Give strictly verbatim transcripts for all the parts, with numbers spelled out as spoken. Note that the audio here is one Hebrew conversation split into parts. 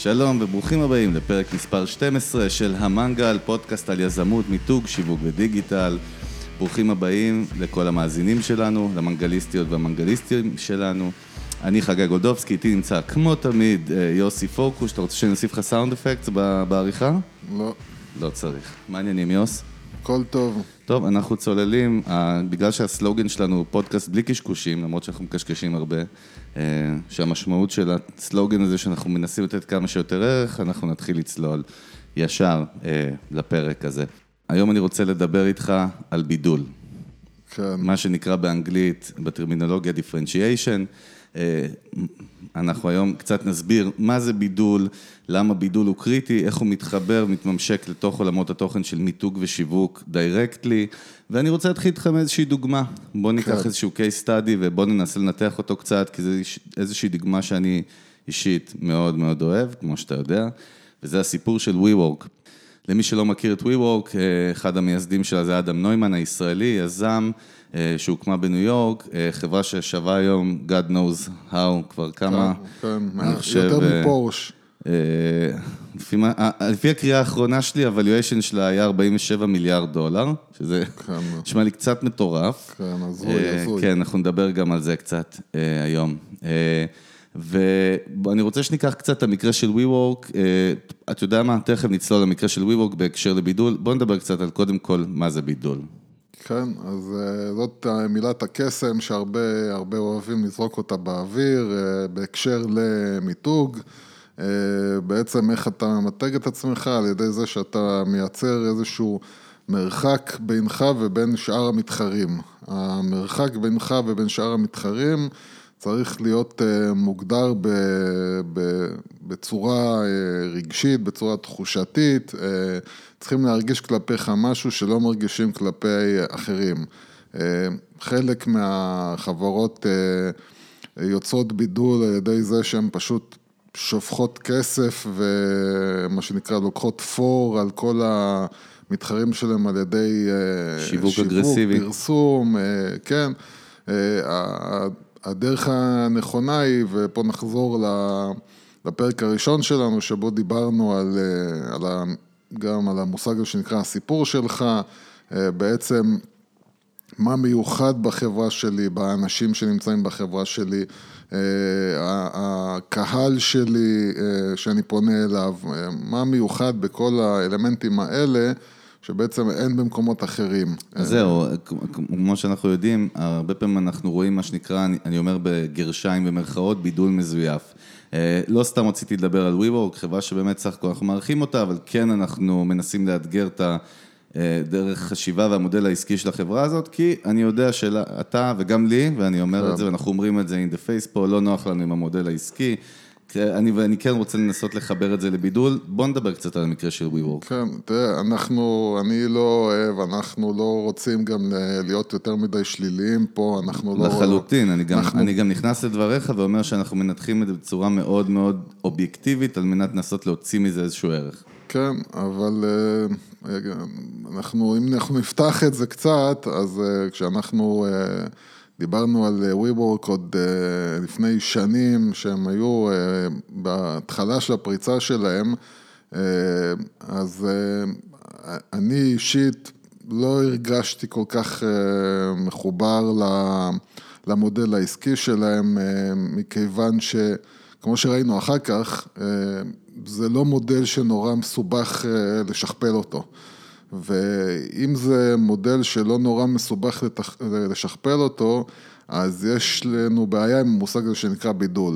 שלום וברוכים הבאים לפרק מספר שתים עשרה של המנגל, פודקאסט על יזמות, מיתוג, שיווק ודיגיטל. ברוכים הבאים לכל המאזינים שלנו, למנגליסטיות והמנגליסטים שלנו. אני חגי גולדובסקי, איתי נמצא כמו תמיד יוסי פורקוש. אתה רוצה שנוסיף לך סאונד אפקט בעריכה? לא. לא צריך. מה העניינים, יוס? הכל טוב. טוב, אנחנו צוללים, בגלל שהסלוגן שלנו הוא פודקאסט בלי קשקושים, למרות שאנחנו מקשקשים הרבה, שהמשמעות של הסלוגן הזה שאנחנו מנסים לתת כמה שיותר ערך, אנחנו נתחיל לצלול ישר לפרק הזה. היום אני רוצה לדבר איתך על בידול. כן. מה שנקרא באנגלית, בטרמינולוגיה דיפרנציאשן. אנחנו היום קצת נסביר מה זה בידול, למה בידול הוא קריטי, איך הוא מתחבר, מתממשק לתוך עולמות התוכן של מיתוג ושיווק דיירקטלי, ואני רוצה להתחיל איתכם איזושהי דוגמה. בוא ניקח כן. איזשהו case study ובוא ננסה לנתח אותו קצת, כי זה איזושהי דוגמה שאני אישית מאוד מאוד אוהב, כמו שאתה יודע, וזה הסיפור של WeWork. למי שלא מכיר את WeWork, אחד המייסדים שלה זה אדם נוימן הישראלי, יזם, שהוקמה בניו יורק, חברה ששווה היום, God knows how, כבר כמה, כן, אני חושב... יותר מפורש. לפי הקריאה האחרונה שלי, הוואלואשן שלה היה ארבעים ושבעה מיליארד דולר, שזה נשמע לי קצת מטורף. כן, הזוי, הזוי. כן, אנחנו נדבר גם על זה קצת היום. ואני רוצה שניקח קצת את המקרה של WeWork, אתה יודע מה? תכף נצלול למקרה של WeWork בהקשר לבידול, בוא נדבר קצת על קודם כל מה זה בידול. כן, אז זאת מילת הקסם שהרבה הרבה אוהבים לזרוק אותה באוויר, בהקשר למיתוג, בעצם איך אתה ממתג את עצמך על ידי זה שאתה מייצר איזשהו מרחק בינך ובין שאר המתחרים. המרחק בינך ובין שאר המתחרים צריך להיות מוגדר ב, ב, בצורה רגשית, בצורה תחושתית, צריכים להרגיש כלפיך משהו שלא מרגישים כלפי אחרים. חלק מהחברות יוצאות בידול על ידי זה שהן פשוט שופכות כסף ומה שנקרא לוקחות פור על כל המתחרים שלהם על ידי שיווק, שיווק אגרסיבי, פרסום, כן. הדרך הנכונה היא, ופה נחזור לפרק הראשון שלנו, שבו דיברנו על, על ה, גם על המושג שנקרא הסיפור שלך, בעצם מה מיוחד בחברה שלי, באנשים שנמצאים בחברה שלי, הקהל שלי שאני פונה אליו, מה מיוחד בכל האלמנטים האלה, שבעצם אין במקומות אחרים. אז זהו, כמו שאנחנו יודעים, הרבה פעמים אנחנו רואים מה שנקרא, אני אומר בגרשיים במרכאות, בידול מזויף. לא סתם רציתי לדבר על WeWork, חברה שבאמת סך הכל אנחנו מערכים אותה, אבל כן אנחנו מנסים לאתגר את הדרך חשיבה והמודל העסקי של החברה הזאת, כי אני יודע שאתה וגם לי, ואני אומר את זה, ואנחנו אומרים את זה in the face פה, לא נוח לנו עם המודל העסקי, אני, ואני כן רוצה לנסות לחבר את זה לבידול. בוא נדבר קצת על המקרה של WeWork. כן, תראה, אנחנו, אני לא אוהב, אנחנו לא רוצים גם להיות יותר מדי שליליים פה, אנחנו לא... לחלוטין, אני גם, אנחנו... אני גם נכנס לדבריך ואומר שאנחנו מנתחים את זה בצורה מאוד מאוד אובייקטיבית, על מנת לנסות להוציא מזה איזשהו ערך. כן, אבל אנחנו, אם אנחנו נפתח את זה קצת, אז כשאנחנו... דיברנו על WeWork עוד לפני שנים, שהם היו בהתחלה של הפריצה שלהם, אז אני אישית לא הרגשתי כל כך מחובר למודל העסקי שלהם, מכיוון שכמו שראינו אחר כך, זה לא מודל שנורא מסובך לשכפל אותו. ואם זה מודל שלא נורא מסובך לשכפל אותו, אז יש לנו בעיה עם המושג הזה שנקרא בידול.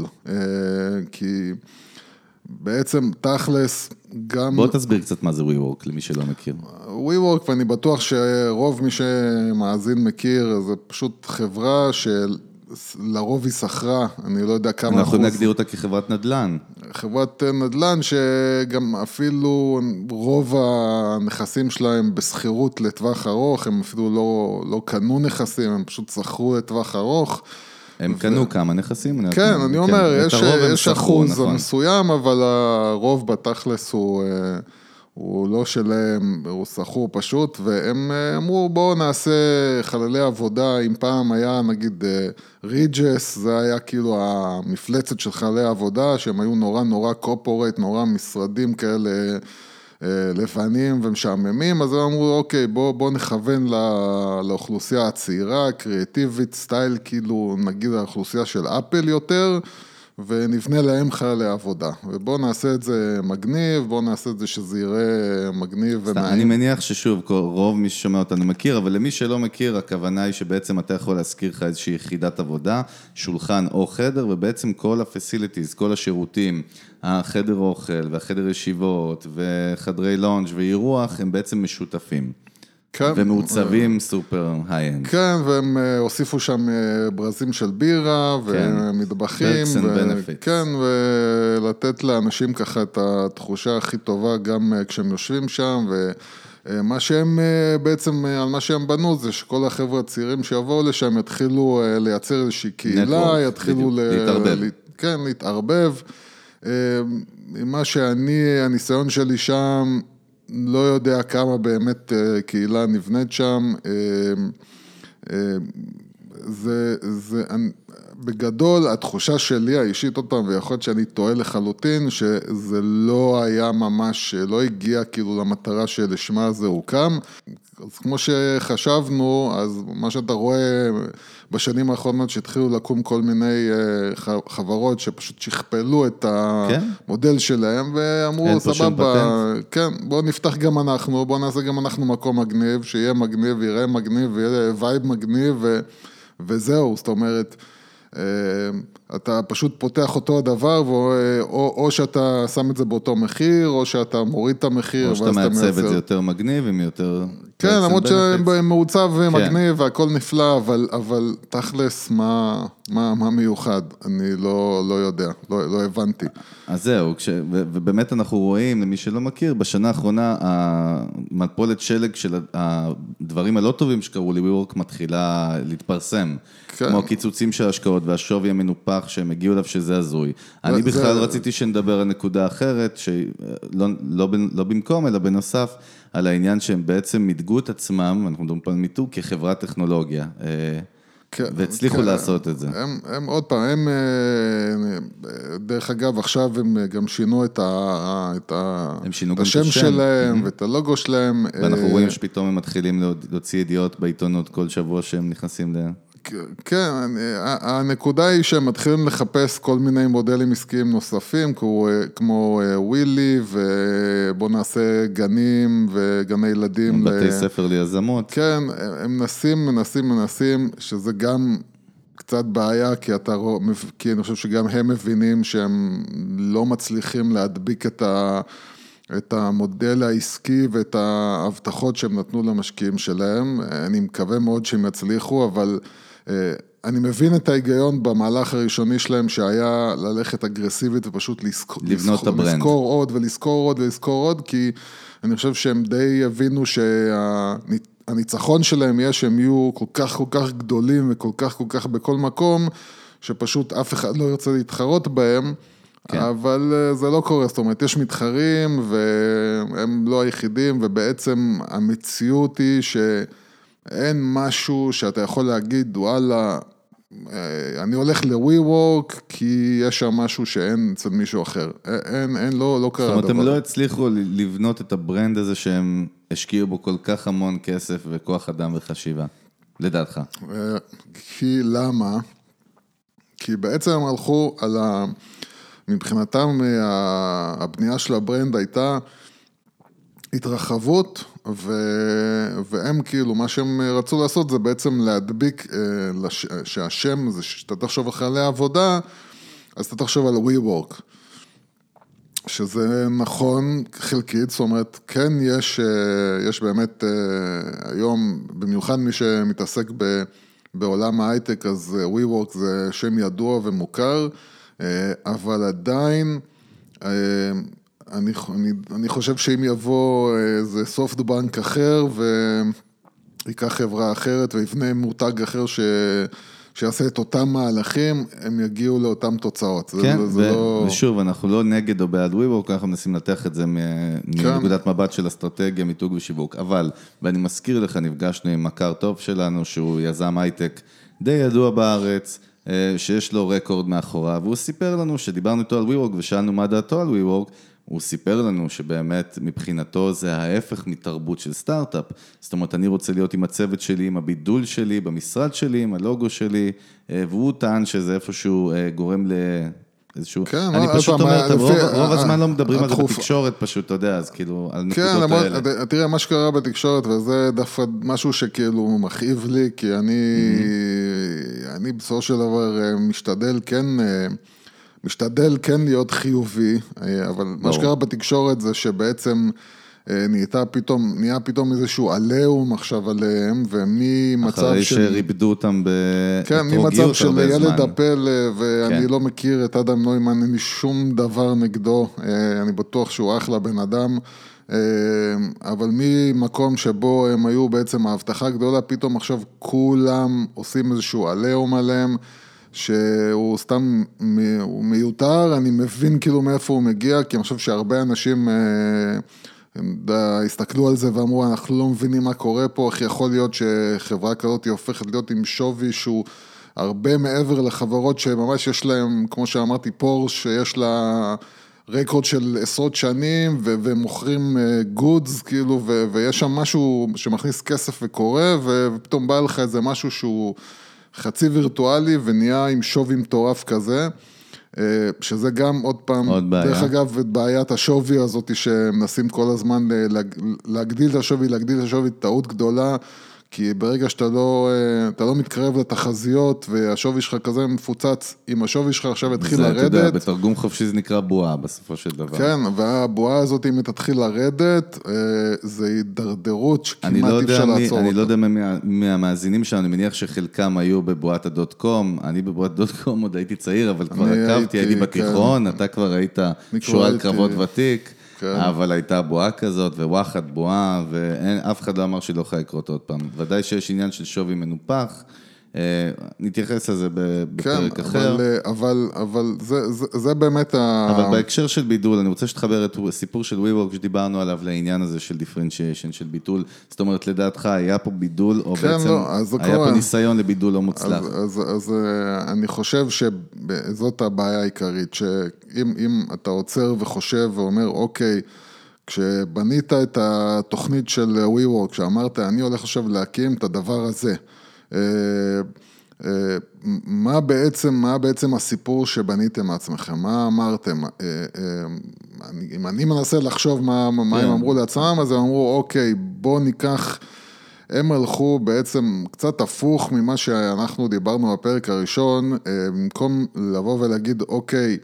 כי בעצם תכלס גם... בוא תסביר קצת מה זה WeWork, למי שלא מכיר. WeWork, ואני בטוח שרוב מי שמאזין מכיר, זה פשוט חברה של... לרוב היא שכרה, אני לא יודע כמה אנחנו אחוז. נגדיר אותה כחברת נדל"ן. חברת נדל"ן שגם אפילו רוב הנכסים שלהם בסחירות לטווח ארוך, הם אפילו לא, לא קנו נכסים, הם פשוט שכרו לטווח ארוך. הם ו... קנו כמה נכסים? כן, אני, אני אומר, כן, יש, יש אחוז נכון. מסוים, אבל הרוב בתכלס הוא, הוא לא שלהם, הוא סחור פשוט, והם אמרו בואו נעשה חללי עבודה, אם פעם היה נגיד ריג'ס, זה היה כאילו המפלצת של חללי עבודה, שהם היו נורא נורא קורפורט, נורא משרדים כאלה לבנים ומשעממים, אז הם אמרו אוקיי בואו בוא נכוון לא, לאוכלוסייה הצעירה, קריאטיבית, סטייל כאילו נגיד האוכלוסייה של אפל יותר, ונבנה להם חללי עבודה, ובואו נעשה את זה מגניב, בואו נעשה את זה שזה יראה מגניב ונעים. אני מניח ששוב, רוב מי ששומע אותנו מכיר, אבל למי שלא מכיר, הכוונה היא שבעצם אתה יכול להזכיר לך איזושהי יחידת עבודה, שולחן או חדר, ובעצם כל הפסיליטיז, כל השירותים, החדר אוכל והחדר ישיבות וחדרי לונג' ואירוח, הם בעצם משותפים. כן, ומעוצבים סופר היי-אנד. כן, והם הוסיפו שם ברזים של בירה ומטבחים. ו- כן, ולתת לאנשים ככה את התחושה הכי טובה גם כשהם יושבים שם, ומה שהם בעצם, על מה שהם בנו זה שכל החבר'ה הצעירים שיבואו לשם יתחילו לייצר איזושהי קהילה, יתחילו להתערבב. כן, להתערבב. מה שאני, הניסיון שלי שם, לא יודע כמה באמת קהילה נבנית שם, זה, זה, בגדול, התחושה שלי האישית עוד פעם, ויכול להיות שאני טועה לחלוטין, שזה לא היה ממש, לא הגיע כאילו למטרה שלשמה זה הוקם, אז כמו שחשבנו, אז מה שאתה רואה בשנים האחרונות שהתחילו לקום כל מיני חברות שפשוט שכפלו את המודל שלהם ואמרו סבבה, כן, בואו נפתח גם אנחנו, בואו נעשה גם אנחנו מקום מגניב, שיהיה מגניב, יראה מגניב, ויהיה וייב מגניב ו... וזהו, זאת אומרת, אתה פשוט פותח אותו הדבר, או, או שאתה שם את זה באותו מחיר, או שאתה מוריד את המחיר. או שאתה מעצב את זה יותר מגניב, עם יותר... כן, למרות שמעוצב ומגניב, והכל נפלא, אבל, אבל תכלס, מה, מה, מה מיוחד? אני לא, לא יודע, לא, לא הבנתי. אז זהו, כש, ובאמת אנחנו רואים, למי שלא מכיר, בשנה האחרונה, המפולת שלג של הדברים הלא טובים שקראו לי, WeWork מתחילה להתפרסם. כן. כמו קיצוצים של השקעות והשווי המנופח שהם הגיעו אליו שזה הזוי. אני בכלל זה... רציתי שנדבר על נקודה אחרת, שלא לא, לא במקום, אלא בנוסף, על העניין שהם בעצם מדגו את עצמם, אנחנו מדברים פה על מיתוג, כחברת טכנולוגיה. כן, והצליחו כן, לעשות את זה. הם, הם עוד פעם, הם, דרך אגב, עכשיו הם גם שינו את, ה, את, ה, הם שינו את השם שלהם, mm-hmm. ואת הלוגו שלהם. ואנחנו רואים שפתאום הם מתחילים להוציא ידיעות בעיתונות כל שבוע שהם נכנסים ל... כן, הנקודה היא שהם מתחילים לחפש כל מיני מודלים עסקיים נוספים, כמו ווילי, ובוא נעשה גנים וגני ילדים. בתי ספר ליזמות. כן, הם מנסים, מנסים, מנסים, שזה גם קצת בעיה, כי, אתה, כי אני חושב שגם הם מבינים שהם לא מצליחים להדביק את ה... את המודל העסקי ואת ההבטחות שהם נתנו למשקיעים שלהם. אני מקווה מאוד שהם יצליחו, אבל אני מבין את ההיגיון במהלך הראשוני שלהם, שהיה ללכת אגרסיבית ופשוט לזכור, לבנות את הברנד. לזכור עוד ולזכור עוד ולזכור עוד, כי אני חושב שהם די הבינו שהניצחון שלהם יהיה שהם יהיו כל כך כל כך גדולים וכל כך כל כך בכל מקום, שפשוט אף אחד לא ירצה להתחרות בהם, כן. אבל זה לא קורה, זאת אומרת, יש מתחרים והם לא היחידים, ובעצם המציאות היא שאין משהו שאתה יכול להגיד, וואלה, אני הולך ל-WeWork כי יש שם משהו שאין אצל מישהו אחר. אין, אין, לא, לא קרה דבר. זאת אומרת, הם לא הצליחו לבנות את הברנד הזה שהם השקיעו בו כל כך המון כסף וכוח אדם וחשיבה, לדעתך. כי למה? כי בעצם הם הלכו על ה... מבחינתם הבנייה של הברנד הייתה התרחבות, ו... והם כאילו, מה שהם רצו לעשות זה בעצם להדביק, לש... שהשם זה שאתה תחשוב אחרי העבודה, אז אתה תחשוב על WeWork, שזה נכון חלקית, זאת אומרת, כן יש, יש באמת היום, במיוחד מי שמתעסק ב... בעולם ההייטק, אז WeWork זה שם ידוע ומוכר, אבל עדיין, אני, אני, אני חושב שאם יבוא איזה סופט בנק אחר, ויקח חברה אחרת, ויבנה מותג אחר ש, שיעשה את אותם מהלכים, הם יגיעו לאותם תוצאות. כן, זה, זה ו- לא... ושוב, אנחנו לא נגד או בעד WeWork, אנחנו מנסים לתח את זה מ- כן. מנקודת מבט של אסטרטגיה, מיתוג ושיווק. אבל, ואני מזכיר לך, נפגשנו עם מכר טוב שלנו, שהוא יזם הייטק די ידוע בארץ, שיש לו רקורד מאחוריו, והוא סיפר לנו שדיברנו איתו על WeWork, ושאלנו מה דעתו על WeWork, הוא סיפר לנו שבאמת מבחינתו זה ההפך מתרבות של סטארט-אפ. זאת אומרת, אני רוצה להיות עם הצוות שלי, עם הבידול שלי, במשרד שלי, עם הלוגו שלי, והוא טען שזה איפשהו גורם לאיזשהו... כן, אני פשוט פעם, אומר, רוב, לפי, רוב הזמן לא מדברים על זה התחוף... בתקשורת פשוט, אתה יודע, אז כאילו, על כן, נקודות למוד, האלה. תראה, מה שקרה בתקשורת, וזה דווקא משהו שכאילו מכאיב לי, כי אני, mm-hmm. אני בסופו של דבר משתדל כן... משתדל כן להיות חיובי, אבל ברור. מה שקרה בתקשורת זה שבעצם נהייתה פתאום, נהיה פתאום איזשהו עליהום עכשיו עליהם, וממצב של... אחרי שריבדו אותם כן, ממצב של ילד הפל, ואני כן. לא מכיר את אדם נוימן, אין לי שום דבר נגדו, אני בטוח שהוא אחלה בן אדם, אבל ממקום שבו הם היו בעצם ההבטחה גדולה, פתאום עכשיו כולם עושים איזשהו עליהום עליהם, שהוא סתם, הוא מיותר, אני מבין כאילו מאיפה הוא מגיע, כי אני חושב שהרבה אנשים הסתכלו על זה ואמרו, אנחנו לא מבינים מה קורה פה, איך יכול להיות שחברה כזאת היא הופכת להיות עם שווי שהוא הרבה מעבר לחברות שממש יש להם, כמו שאמרתי, פורש, שיש לה רקורד של עשרות שנים, ומוכרים גודס, כאילו, ויש שם משהו שמכניס כסף וקורה, ופתאום בא לך איזה משהו שהוא... חצי וירטואלי ונהיה עם שווי מטורף כזה, שזה גם עוד פעם, עוד בעיה. דרך אגב, את בעיית השווי הזאת שמנסים כל הזמן להגדיל את השווי, להגדיל את השווי, טעות גדולה, כי ברגע שאתה לא, אתה לא מתקרב לתחזיות, והשווי שלך כזה מפוצץ, אם השווי שלך עכשיו התחיל לרדת. זה, אתה יודע, בתרגום חופשי זה נקרא בועה, בסופו של דבר. כן, והבועה הזאת, אם היא תתחיל לרדת, זה הידרדרות שכמעט אי אפשר לעצור אותה. אני לא יודע מהמאזינים שלנו, אני מניח שחלקם היו בבועת הדוט קום, אני בבועת הדוט קום עוד הייתי צעיר, אבל כבר עקבתי, הייתי בתיכון, אתה כבר היית שועל קרבות ותיק. אבל הייתה בועה כזאת, ווואחד בועה, ואף אחד לא אמר שלא יכולה לקרות עוד פעם. ודאי שיש עניין של שווי מנופח, נתייחס לזה בפרק אחר. אבל, אבל זה, זה, זה באמת ה... אבל בהקשר של בידול, אני רוצה שתחבר את הסיפור של WeWork שדיברנו עליו לעניין הזה של differentiation, של בידול. זאת אומרת, לדעתך, היה פה בידול, או כן, בעצם לא, היה פה ניסיון לבידול לא מוצלח? אז, אז, אז אני חושב שזאת הבעיה העיקרית, שאם אם אתה עוצר וחושב ואומר, אוקיי, כשבנית את התוכנית של WeWork, שאמרת, אני הולך עכשיו להקים את הדבר הזה, מה בעצם, מה בעצם הסיפור שבניתם מעצמכם? מה אמרתם? אם אני מנסה לחשוב מה, מה הם אמרו לעצמם, אז הם אמרו, אוקיי, בוא ניקח, הם הלכו בעצם קצת הפוך ממה שאנחנו דיברנו בפרק הראשון, במקום לבוא ולהגיד, אוקיי,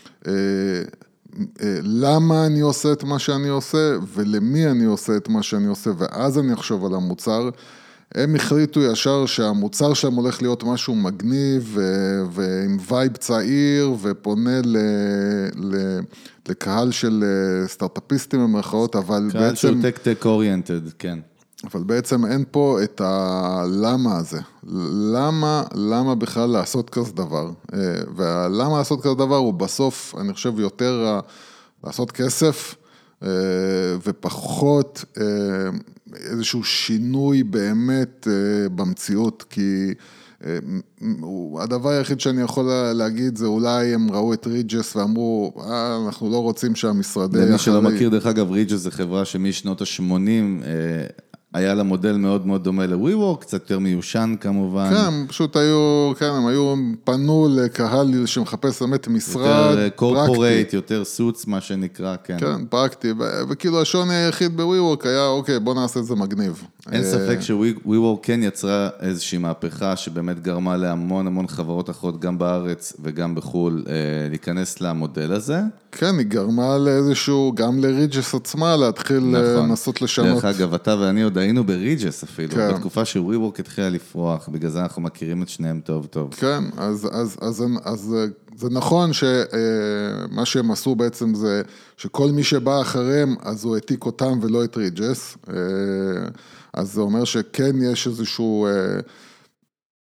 למה אני עושה את מה שאני עושה, ולמי אני עושה את מה שאני עושה, ואז אני אחשוב על המוצר, הם החליטו ישר שהמוצר שלהם הולך להיות משהו מגניב ועם וייב צעיר ופונה ל, ל, לקהל של סטארט-אפיסטים במרכאות, אבל קהל בעצם... קהל של טק-טק אוריינטד, כן. אבל בעצם אין פה את הלמה הזה. למה, למה בכלל לעשות כזה דבר? והלמה לעשות כזה דבר הוא בסוף, אני חושב, יותר לעשות כסף ופחות... איזשהו שינוי באמת במציאות, כי הדבר היחיד שאני יכול להגיד זה אולי הם ראו את ריג'ס ואמרו, אה, אנחנו לא רוצים שהמשרדי... למי שלא מכיר, דרך אגב, ריג'ס זה חברה שמשנות ה-שמונים היה לה מודל מאוד מאוד דומה ל-WeWork, קצת יותר מיושן כמובן. כן, פשוט היו, כן, הם היו, פנו לקהל שמחפש באמת משרד יותר קורפורייט, יותר סוץ, מה שנקרא, כן. כן, פרקטי, וכאילו השוני היחיד ב-WeWork היה, אוקיי, בוא נעשה את זה מגניב. אין ספק ש-WeWork כן יצרה איזושהי מהפכה, שבאמת גרמה להמון המון חברות אחרות, גם בארץ וגם בחול, להיכנס למודל הזה. כן, היא גרמה לאיזשהו, גם לריג'ס עצמה, להתחיל לנסות לשנות. דרך אגב, אתה ואני עוד היינו בריג'ס אפילו, כן. בתקופה ש-WeWork התחילה לפרוח, בגלל זה אנחנו מכירים את שניהם טוב טוב. כן, אז, אז, אז, אז זה נכון שמה שהם עשו בעצם זה, שכל מי שבא אחריהם, אז הוא העתיק אותם ולא את ריג'ס, אז זה אומר שכן יש איזשהו...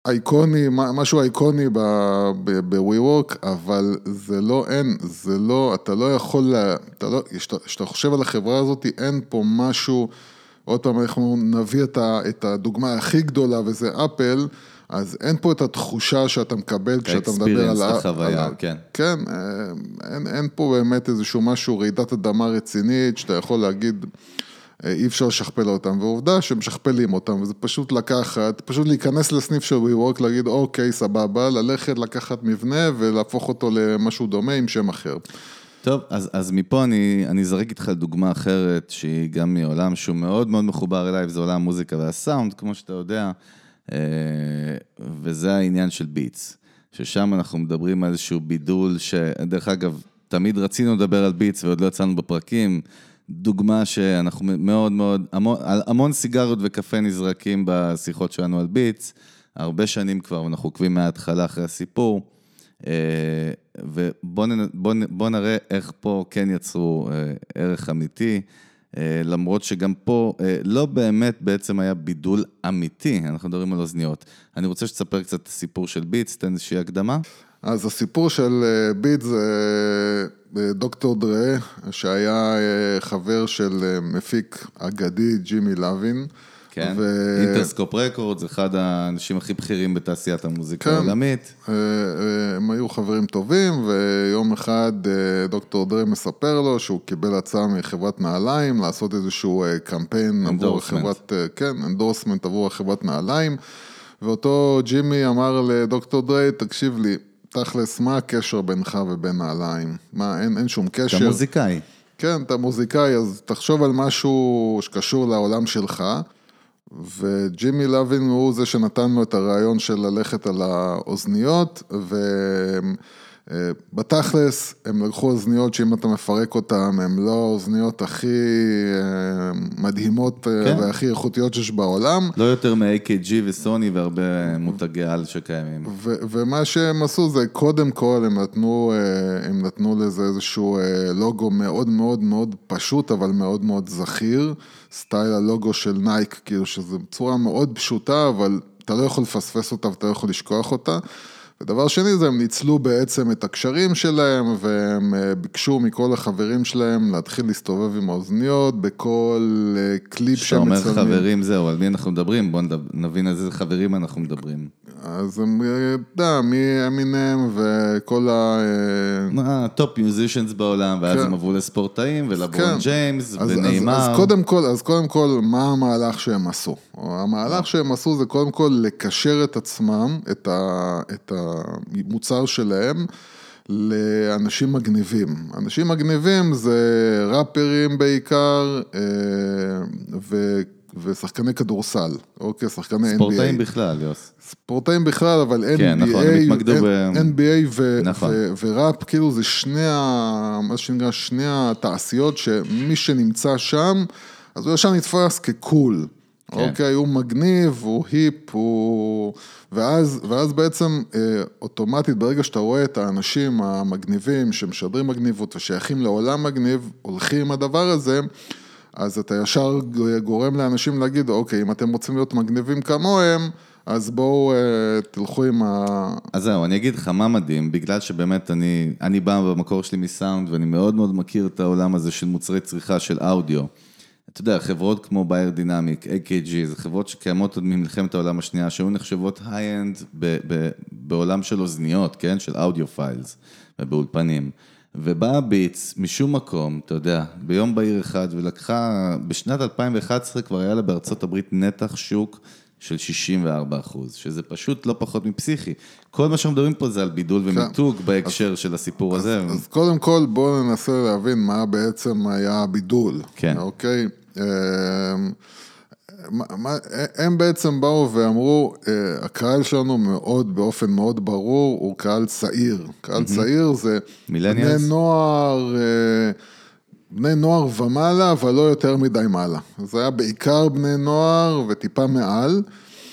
אייקוני, משהו אייקוני ב-WeWork, אבל זה לא, אין, זה לא, אתה לא יכול, אתה לא, כשאתה חושב על החברה הזאת, אין פה משהו, עוד פעם אנחנו נביא את הדוגמה הכי גדולה, וזה אפל, אז אין פה את התחושה שאתה מקבל כשאתה מדבר על... האקספיריאנס, החוויה, כן. כן, אין, אין פה באמת איזשהו משהו, רעידת אדמה רצינית, שאתה יכול להגיד... אי אפשר לשכפל אותם, ועובדה שמשכפלים אותם, וזה פשוט לקחת, פשוט להיכנס לסניף של WeWork, להגיד אוקיי, סבבה, ללכת, לקחת מבנה, ולהפוך אותו למשהו דומה עם שם אחר. טוב, אז, אז מפה אני, אני זרק איתך דוגמה אחרת, שהיא גם מעולם שהוא מאוד מאוד מחובר אליי, וזה עולם המוזיקה והסאונד, כמו שאתה יודע, וזה העניין של ביטס, ששם אנחנו מדברים על איזשהו בידול, שדרך אגב, תמיד רצינו לדבר על ביטס, ועוד לא יצאנו בפרקים, דוגמה שאנחנו מאוד מאוד, המון, המון סיגרות וקפה נזרקים בשיחות שלנו על ביטס, הרבה שנים כבר, ואנחנו עוקבים מההתחלה אחרי הסיפור, ובוא בוא, בוא נראה איך פה כן יצרו ערך אמיתי, למרות שגם פה לא באמת בעצם היה בידול אמיתי, אנחנו מדברים על אוזניות. אני רוצה שתספר קצת את הסיפור של ביטס, תן איזושהי הקדמה. אז הסיפור של ביטס זה דוקטור דרה, שהיה חבר של מפיק אגדי ג'ימי לוין. כן, ו... אינטרסקופ רקורד, זה אחד האנשים הכי בכירים בתעשיית המוזיקה כן, העולמית. הם היו חברים טובים, ויום אחד דוקטור דרה מספר לו שהוא קיבל הצעה מחברת נעליים, לעשות איזשהו קמפיין עבור חברת, כן, אנדורסמנט עבור חברת נעליים, ואותו ג'ימי אמר לדוקטור דרה, תקשיב לי, תכלס, מה הקשר בינך ובין נעליים? מה, אין, אין שום קשר. אתה מוזיקאי. כן, אתה מוזיקאי, אז תחשוב על משהו שקשור לעולם שלך, וג'ימי לוין הוא זה שנתן לו את הרעיון של ללכת על האוזניות, ובתכלס הם לקחו אוזניות שאם אתה מפרק אותן, הן לא האוזניות הכי מדהימות כן. והכי איכותיות שיש בעולם. לא יותר מ-איי קיי ג'י וסוני והרבה מותגי על שקיימים. ו- ומה שהם עשו זה קודם כל הם נתנו, הם נתנו לזה איזשהו לוגו מאוד מאוד מאוד פשוט, אבל מאוד מאוד זכיר, סטייל הלוגו של נייק, כאילו שזו צורה מאוד פשוטה, אבל אתה לא יכול לפספס אותה ואתה לא יכול לשכוח אותה. ודבר שני זה הם ניצלו בעצם את הקשרים שלהם, והם ביקשו מכל החברים שלהם להתחיל להסתובב עם האוזניות, בכל קליפ שהם מצלמים. שאתה אומר חברים זהו, על מי אנחנו מדברים? בואו נבין על איזה חברים אנחנו מדברים. אז הם, יודע, מי אמינם וכל ה... טופ מיוזישנס בעולם, ואז הם עברו לספורטאים, ולברון ג'יימס, ונאמר. אז קודם כל, אז קודם כל, מה המהלך שהם עשו? המהלך שהם עשו זה קודם כל לקשר את עצמם, את ה... את המוצר שלהם, לאנשים מגניבים. אנשים מגניבים זה ראפרים בעיקר, ו... ושחקני כדורסל, אוקיי, שחקני אן בי איי. ספורטאים בכלל, יוס. ספורטאים בכלל, אבל כן, אן בי איי, נכון, הם התמקדו ב... אן בי איי ו... נכון. ו... וראפ, כאילו זה שני, ה... מה שנקרא, שני התעשיות, שמי שנמצא שם, אז הוא ישר נתפס כקול. כן. אוקיי, הוא מגניב, הוא היפ, הוא... ואז, ואז בעצם אוטומטית, ברגע שאתה רואה את האנשים המגניבים, שמשדרים מגניבות ושייכים לעולם מגניב, הולכים עם הדבר הזה, אז אתה ישר גורם לאנשים להגיד, אוקיי, אם אתם רוצים להיות מגניבים כמוהם, אז בואו תלכו עם ה... אז זהו, אני אגיד לך מה מדהים, בגלל שבאמת אני, אני בא במקור שלי מסאונד, ואני מאוד מאוד מכיר את העולם הזה של מוצרי צריכה של אודיו. אתה יודע, חברות כמו בייר דינמיק, איי קיי ג'י, זה חברות שקיימות עוד ממלחמת העולם השנייה, שהיו נחשבות היי-אנד בעולם של אוזניות, כן? של אודיו פיילס, ובאולפנים. ובאה ביטס משום מקום, אתה יודע, ביום בהיר אחד, ולקחה, בשנת אלפיים ואחת עשרה כבר היה לה בארצות הברית נתח שוק של שישים וארבעה אחוז, שזה פשוט לא פחות מפסיכי. כל מה שאנחנו מדברים פה זה על בידול ומיתוג בהקשר של הסיפור הזה. אז קודם כל בואו ננסה להבין מה בעצם היה הבידול. כן. אוקיי? הם בעצם באו ואמרו, הקהל שלנו מאוד, באופן מאוד ברור, הוא קהל צעיר. קהל צעיר זה בני נוער, בני נוער ומעלה, אבל לא יותר מדי מעלה. זה היה בעיקר בני נוער וטיפה מעל,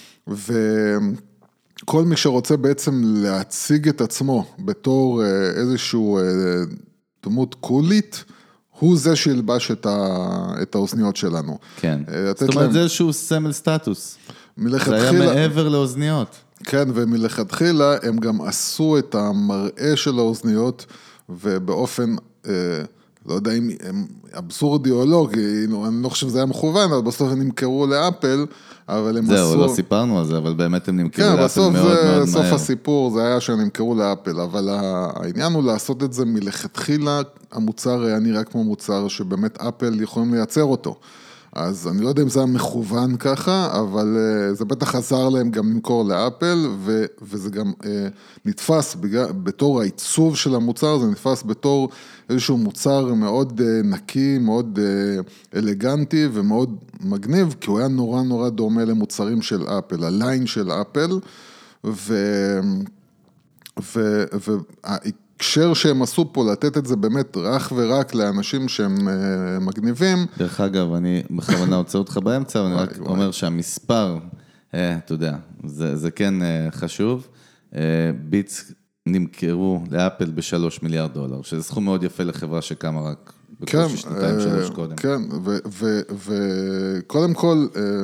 וכל מי שרוצה בעצם להציג את עצמו בתור איזשהו דמות קולית, הוא זה שילבש את, ה... את האוזניות שלנו. כן. זאת אומרת, להם... זה איזשהו סמל סטטוס. מלכתחילה... זה היה מעבר לאוזניות. כן, ומלכתחילה הם גם עשו את המראה של האוזניות, ובאופן, אה, לא יודע אם הם אבסורדי או לא, כי אני לא חושב שזה היה מכוון, אבל בסוף הם נמכרו לאפל, אבל הם זהו, עשו... לא סיפרנו על זה, אבל באמת הם נמכרו כן, לאפל בסוף מאוד זה, מאוד סוף מהר. הסיפור זה היה שהם נמכרו לאפל, אבל העניין הוא לעשות את זה מלכתחילה, המוצר היה נראה כמו מוצר שבאמת אפל יכולים לייצר אותו. אז אני לא יודע אם זה היה מכוון ככה, אבל uh, זה בטח עזר להם גם למכור לאפל, ו, וזה גם uh, נתפס בגלל, בתור העיצוב של המוצר, זה נתפס בתור איזשהו מוצר מאוד uh, נקי, מאוד uh, אלגנטי ומאוד מגניב, כי הוא היה נורא נורא דומה למוצרים של אפל, הליין של אפל, ו... ו... ו... הקשר שהם עשו פה, לתת את זה באמת רך ורק לאנשים שהם מגניבים. דרך אגב, אני בכוונה עוצר אותך באמצע, ואני רק אומר שהמספר, אתה יודע, זה, זה כן חשוב, ביטס נמכרו לאפל בשלוש מיליארד דולר, שזה סכום מאוד יפה לחברה שקמה רק בקושי שנתיים שלוש קודם. כן, וקודם כל,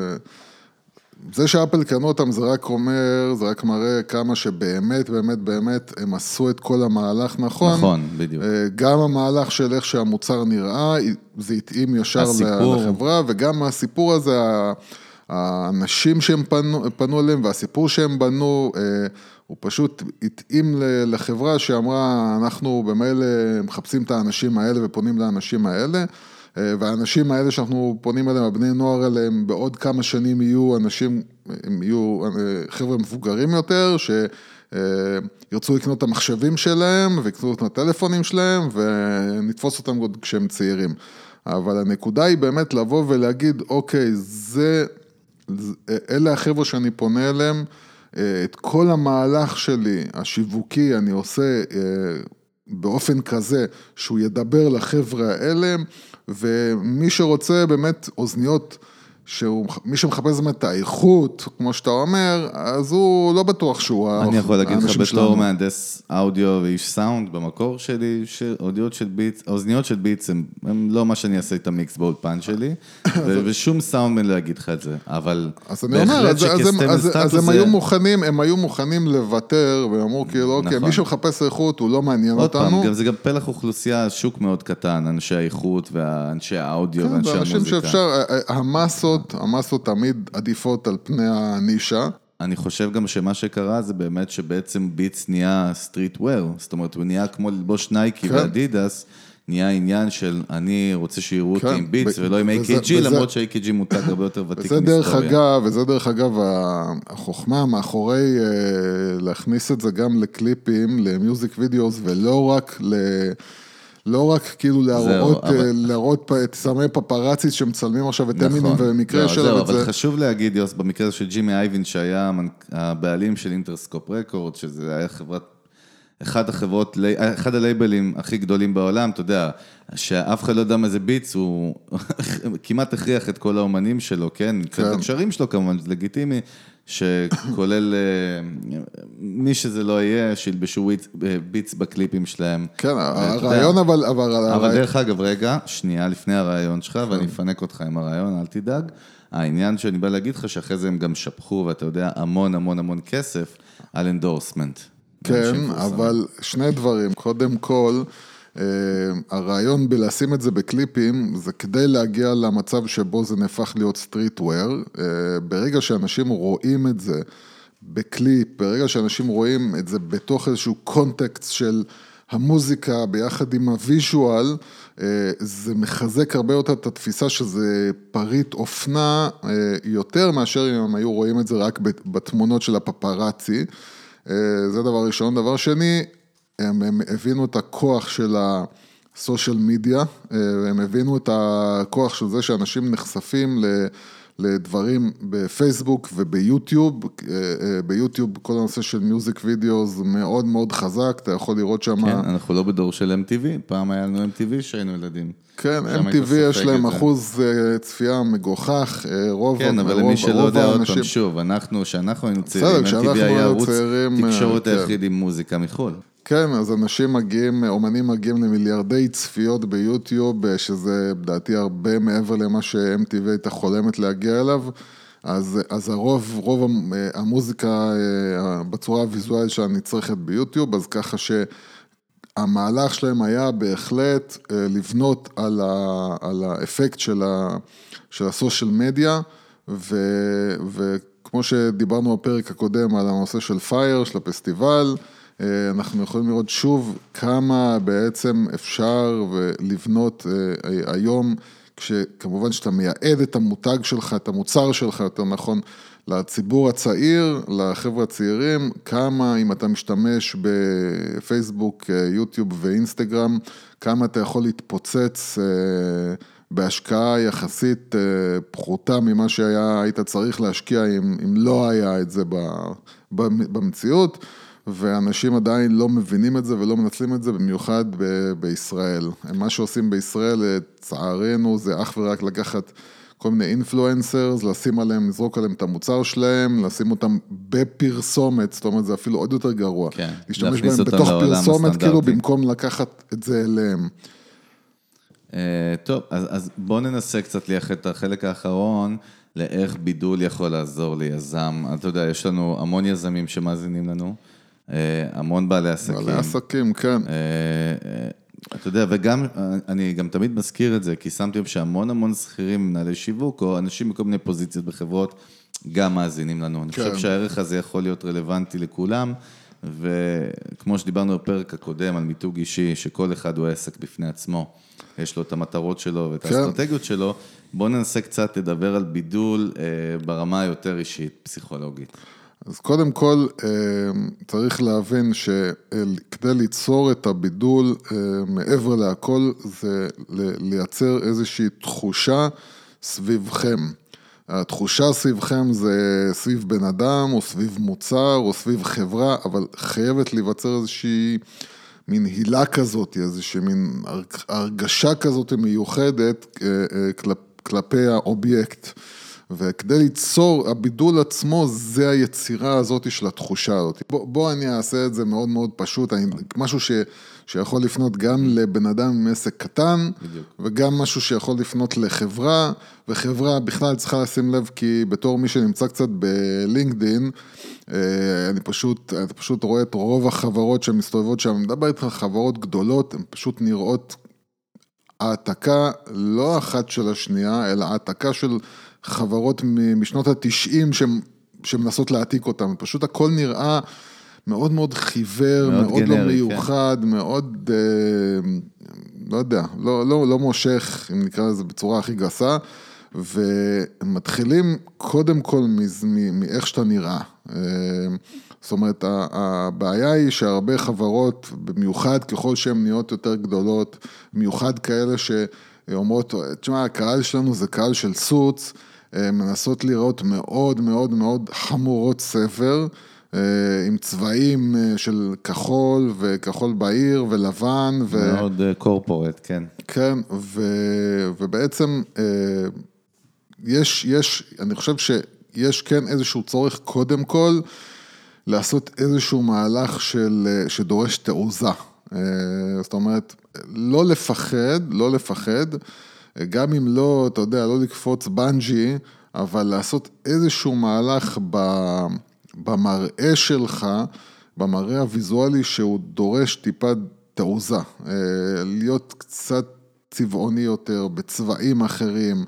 זה שאפל קנו אותם זה רק אומר, זה רק מראה כמה שבאמת, באמת, באמת, הם עשו את כל המהלך נכון. נכון, בדיוק. גם המהלך של איך שהמוצר נראה, זה התאים ישר הסיפור. לחברה, וגם הסיפור הזה, האנשים שהם פנו, פנו אליהם, והסיפור שהם בנו, הוא פשוט התאים לחברה שאמרה, אנחנו במילא מחפשים את האנשים האלה ופונים לאנשים האלה, והאנשים האלה שאנחנו פונים אליהם, הבני נוער אליהם, בעוד כמה שנים יהיו אנשים, הם יהיו חבר'ה מבוגרים יותר, שירצו לקנות את המחשבים שלהם, ויקנו את הטלפונים שלהם, ונתפוס אותם עוד כשהם צעירים. אבל הנקודה היא באמת לבוא ולהגיד, אוקיי, זה, אלה החבר'ה שאני פונה אליהם, את כל המהלך שלי, השיווקי, אני עושה באופן כזה, שהוא ידבר לחבר'ה האלה, ומי שרוצה באמת אוזניות, מי שמחפש באמת האיכות, כמו שאתה אומר, אז הוא לא בטוח שהוא האנשים שלנו. אני יכול להגיד לך בתור מהנדס אודיו ואיש סאונד במקור שלי, שאוזניות של ביטס, האוזניות של ביטס הם לא מה שאני אעשה את המיקס באולפן שלי, ושום סאונד מן לא אגיד לך את זה, אבל בהחלט שכסתם לסטטוס אז הם היו מוכנים, הם היו מוכנים לוותר, והם אמרו כאילו, אוקיי, מי שמחפש איכות הוא לא מעניין אותנו. זה גם פלח אוכלוסייה, שוק מאוד קטן, אנשי האיכות ואנשי האודיו ואנשי המוזיקה. המסות, המסות תמיד עדיפות על פני הנישה. אני חושב גם שמה שקרה זה באמת שבעצם ביטס נהיה סטריט וויר, זאת אומרת הוא נהיה כמו ללבוש נייקי ואדידס, נהיה עניין של אני רוצה שיראו אותי עם ביטס ולא עם איי קיי ג'י, למרות ש-איי קיי ג'י מותג הרבה יותר ותיק מהיסטוריה. וזה דרך אגב החוכמה מאחורי להכניס את זה גם לקליפים, למיוזיק וידאוס ולא רק ל... לא רק כאילו להראות, להראות את סמי פפרציס שמצלמים עכשיו את אמינים ובמקרה שלו. זהו, אבל חשוב להגיד, יוס, במקרה של ג'ימי אייבין, שהיה הבעלים של אינטרסקופ רקורד, שזה היה חברת, אחד החברות, אחד הלייבלים הכי גדולים בעולם, אתה יודע, שאף אחד לא יודע מה זה ביטס, הוא כמעט הכריח את כל האומנים שלו, כן? את הקשרים שלו כמובן, זה לגיטימי, שכולל מי שזה לא יהיה, שילבשו ביטס בקליפים שלהם. כן, הרעיון אבל... אבל דרך אגב, רגע, שנייה לפני הרעיון שלך, ואני אפנק אותך עם הרעיון, אל תדאג. העניין שאני בא להגיד לך, שאחרי זה הם גם שפכו, ואתה יודע, המון המון המון כסף על אנדורסמנט. כן, אבל שני דברים. קודם כל, הרעיון בלשים את זה בקליפים, זה כדי להגיע למצב שבו זה נהפך להיות סטריט וויר. ברגע שאנשים רואים את זה בקליפ, ברגע שאנשים רואים את זה בתוך איזשהו קונטקסט של המוזיקה ביחד עם הוויז'ואל, זה מחזק הרבה יותר את התפיסה שזה פריט אופנה יותר מאשר אם הם היו רואים את זה רק בתמונות של הפפרצי. זה דבר ראשון. דבר שני, הם, הם הבינו את הכוח של הסושיאל מדיה, הם הבינו את הכוח של זה שאנשים נחשפים לדברים בפייסבוק וביוטיוב, ביוטיוב כל הנושא של מיוזיק וידאו זה מאוד מאוד חזק, אתה יכול לראות שם... כן, אנחנו לא בדור של אם טי וי, פעם היה לנו אם טי וי שהיינו ילדים. כן, אם טי וי יש להם אחוז צפייה מגוחך, רוב האנשים... כן, אבל למי שלא יודע עוד פעם, שוב, אנחנו, שאנחנו היינו צעירים, אם טי וי היה ערוץ תקשורת היחיד עם מוזיקה מחול. כן, אז אנשים מגיעים, אומנים מגיעים למיליארדי צפיות ביוטיוב, שזה בדעתי הרבה מעבר למה ש-אם טי וי הייתה חולמת להגיע אליו, אז, אז הרוב, רוב המוזיקה בצורה הוויזואלית שלה נצרכת ביוטיוב, אז ככה שהמהלך שלהם היה בהחלט לבנות על, ה, על האפקט של, ה, של הסושיאל מדיה, ו, וכמו שדיברנו בפרק הקודם על הנושא של פייר, של הפסטיבל, אנחנו יכולים לראות שוב כמה בעצם אפשר לבנות היום, כשכמובן שאתה מייעד את המותג שלך, את המוצר שלך, יותר נכון, לציבור הצעיר, לחבר'ה הצעירים, כמה אם אתה משתמש בפייסבוק, יוטיוב ואינסטגרם, כמה אתה יכול להתפוצץ בהשקעה יחסית פחותה ממה שהיית צריך להשקיע אם, אם לא היה את זה במציאות, ואנשים עדיין לא מבינים את זה ולא מנצלים את זה, במיוחד ב- בישראל. מה שעושים בישראל, צערנו, זה אך ורק לקחת כל מיני אינפלואנסרס, לשים עליהם, לזרוק עליהם את המוצר שלהם, לשים אותם בפרסומת, זאת אומרת, זה אפילו עוד יותר גרוע. כן, להשתמש בהם בתוך פרסומת, כאילו, במקום לקחת את זה אליהם. Uh, טוב, אז, אז בואו ננסה קצת לייחד את החלק האחרון, לאיך בידול יכול לעזור ליזם. אתה יודע, יש לנו המון יזמים שמאזינים לנו, המון בעלי עסקים. בעלי עסקים, כן. אתה יודע, וגם, אני גם תמיד מזכיר את זה, כי שמתי לב שהמון המון שכירים, מנהלי שיווק, או אנשים מכל מיני פוזיציות בחברות, גם מאזינים לנו. אני חושב שהערך הזה יכול להיות רלוונטי לכולם, וכמו שדיברנו בפרק הקודם על מיתוג אישי, שכל אחד הוא עסק בפני עצמו, יש לו את המטרות שלו ואת האסטרטגיות שלו, בואו ננסה קצת לדבר על בידול ברמה היותר אישית, פסיכולוגית. אז קודם כל צריך להבין שכדי ליצור את הבידול מעבר להכל זה לייצר איזושהי תחושה סביבכם. התחושה סביבכם זה סביב בן אדם או סביב מוצר או סביב חברה, אבל חייבת להיווצר איזושהי מין הילה כזאת, איזושהי מין הרגשה כזאת מיוחדת כלפי האובייקט. וכדי ליצור, הבידול עצמו, זה היצירה הזאת של התחושה הזאת. בוא, בוא אני אעשה את זה מאוד מאוד פשוט, אני, משהו ש, שיכול לפנות גם לבן אדם עם עסק קטן, בדיוק. וגם משהו שיכול לפנות לחברה, וחברה בכלל צריכה לשים לב, כי בתור מי שנמצא קצת בלינקדין, אני פשוט, אני פשוט רואה את רוב החברות שמסתובבות שם, אני מדבר איתך חברות גדולות, הן פשוט נראות העתקה לא אחת של השנייה, אלא העתקה של חברות משנות התשעים שמנסות להעתיק אותם, פשוט הכל נראה מאוד מאוד חיוור, מאוד, מאוד גנרי, לא מיוחד, כן. מאוד, אה, לא יודע, לא, לא, לא מושך, אם נקרא לזה בצורה הכי גסה, ומתחילים קודם כל מאיך שאתה נראה. זאת אומרת, הבעיה היא שהרבה חברות, במיוחד ככל שהן נהיות יותר גדולות, במיוחד כאלה שאומרות, תשמע, הקהל שלנו זה קהל של סוץ, מנסות לראות מאוד מאוד מאוד חמורות ספר, עם צבעים של כחול וכחול בהיר ולבן. מאוד קורפורט, כן. כן, ובעצם יש, יש, אני חושב שיש כן איזשהו צורך קודם כל, לעשות איזשהו מהלך של, שדורש תעוזה. זאת אומרת, לא לפחד, לא לפחד, גם אם לא, אתה יודע, לא לקפוץ בנג'י, אבל לעשות איזשהו מהלך במראה שלך, במראה הוויזואלי שהוא דורש טיפה תעוזה. להיות קצת צבעוני יותר, בצבעים אחרים,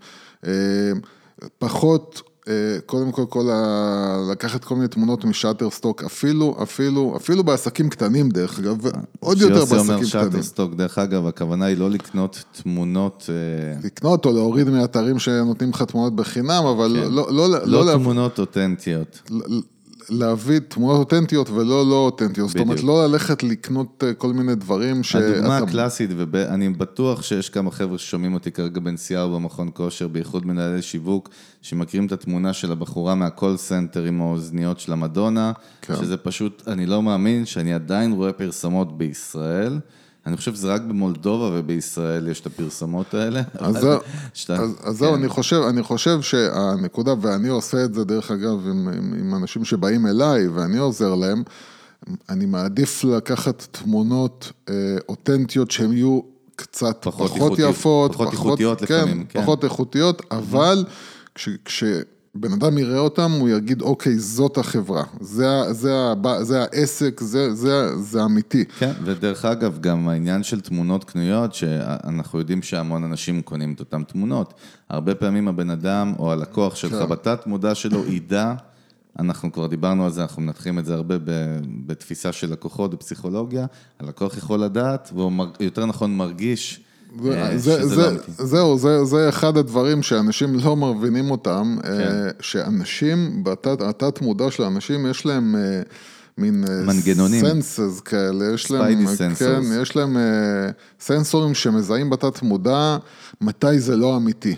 פחות, קודם כל, כל ה... לקחת כל מיני תמונות משאטרסטוק, אפילו, אפילו, אפילו בעסקים קטנים, דרך אגב, עוד יותר בעסקים קטנים. שיוסי אומר שאטרסטוק, דרך אגב, הכוונה היא לא לקנות תמונות... לקנות או להוריד מאתרים שנותנים לך תמונות בחינם, אבל כן. לא... לא, לא, לא תמונות אותנטיות. להביא תמונות אותנטיות ולא לא אותנטיות, זאת אומרת, לא ללכת לקנות כל מיני דברים ש... הדוגמה הקלאסית, ואני בטוח שיש כמה חבר'ה ששומעים אותי כרגע בנסיעה במכון כושר, בייחוד מנהלי שיווק, שמכירים את התמונה של הבחורה מהקול סנטר עם האוזניות של המדונה, כן. שזה פשוט, אני לא מאמין שאני עדיין רואה פרסמות בישראל, אני חושב שזה רק במולדובה ובישראל יש את הפרסמות האלה. אז זהו, אז, אז זהו, אני חושב, אני חושב שהנקודה, ואני עושה את זה דרך אגב עם, עם, עם אנשים שבאים אליי ואני עוזר להם, אני מעדיף לקחת תמונות אה, אותנטיות שהן יהיו קצת פחות, פחות יפות, פחות איכותיות לפעמים. כן, פחות איכותיות, אבל כש, כש, בן אדם יראה אותם, הוא יגיד, אוקיי, זאת החברה, זה, זה, זה העסק, זה, זה, זה אמיתי. כן, ודרך אגב, גם העניין של תמונות קנויות, שאנחנו יודעים שהמון אנשים קונים את אותם תמונות, הרבה פעמים הבן אדם או הלקוח שלך, כן. בתת מודע שלו, ידע, אנחנו כבר דיברנו על זה, אנחנו מנתחים את זה הרבה בתפיסה של לקוחות, בפסיכולוגיה, הלקוח יכול לדעת, והוא יותר נכון מרגיש, זהו, זה אחד הדברים שאנשים לא מבינים אותם, שאנשים, בתת מודע של האנשים, יש להם מין מנגנונים, סנסס כאלה, יש להם סנסורים שמזהים בתת מודע, מתי זה לא אמיתי,